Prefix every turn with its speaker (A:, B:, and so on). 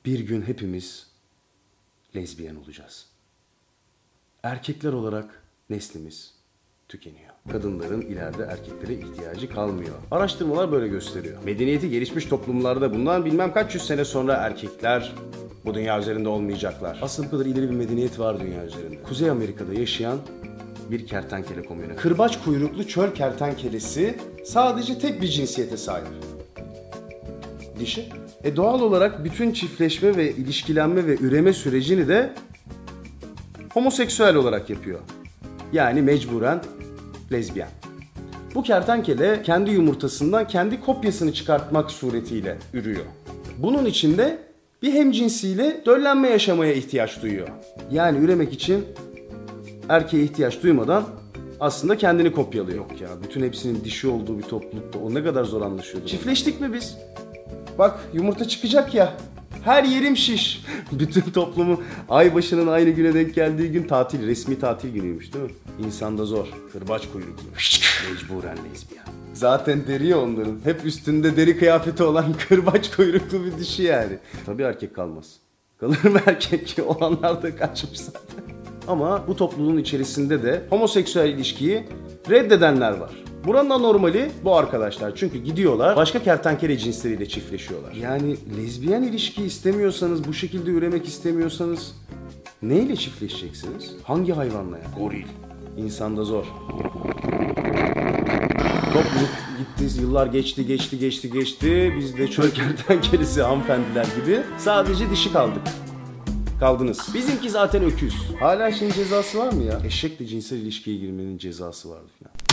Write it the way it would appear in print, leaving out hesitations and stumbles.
A: Bir gün hepimiz lezbiyen olacağız. Erkekler olarak neslimiz tükeniyor. Kadınların ileride erkeklere ihtiyacı kalmıyor. Araştırmalar böyle gösteriyor. Medeniyeti gelişmiş toplumlarda bundan bilmem kaç yüz sene sonra erkekler bu dünya üzerinde olmayacaklar. Aslında bu kadar ileri bir medeniyet var dünya üzerinde. Kuzey Amerika'da yaşayan bir kertenkele komünü. Kırbaç kuyruklu çöl kertenkelesi sadece tek bir cinsiyete sahip. Dişi. Doğal olarak bütün çiftleşme ve ilişkilenme ve üreme sürecini de homoseksüel olarak yapıyor. Yani mecburen lezbiyen. Bu kertenkele kendi yumurtasından kendi kopyasını çıkartmak suretiyle ürüyor. Bunun için de bir hemcinsiyle döllenme yaşamaya ihtiyaç duyuyor. Yani üremek için erkeğe ihtiyaç duymadan aslında kendini kopyalıyor. Yok ya, bütün hepsinin dişi olduğu bir toplulukta o ne kadar zor anlaşıyordu. Çiftleştik mi biz? Bak yumurta çıkacak ya. Her yerim şiş. Bütün toplumu ay başının aynı güne denk geldiği gün tatil, resmi tatil günüymüş değil mi? İnsanda zor. Kırbaç kuyruklu. Mecburen lezbiyen. Zaten deri ya onların. Hep üstünde deri kıyafeti olan kırbaç kuyruklu bir dişi yani. Tabii erkek kalmaz. Kalır mı erkek ki? Olanlar da kaçmış zaten. Ama bu topluluğun içerisinde de homoseksüel ilişkiyi reddedenler var. Buranın anormali bu arkadaşlar. Çünkü gidiyorlar başka kertenkele cinsleriyle çiftleşiyorlar. Yani lezbiyen ilişki istemiyorsanız, bu şekilde üremek istemiyorsanız neyle çiftleşeceksiniz? Hangi hayvanla ya? Goril. İnsanda zor. Topluluk gitti, yıllar geçti. Biz de çöl kertenkelesi hanımefendiler gibi sadece dişi kaldık. Kaldınız. Bizimki zaten öküz. Hala şeyin cezası var mı ya? Eşekle cinsel ilişkiye girmenin cezası vardı falan.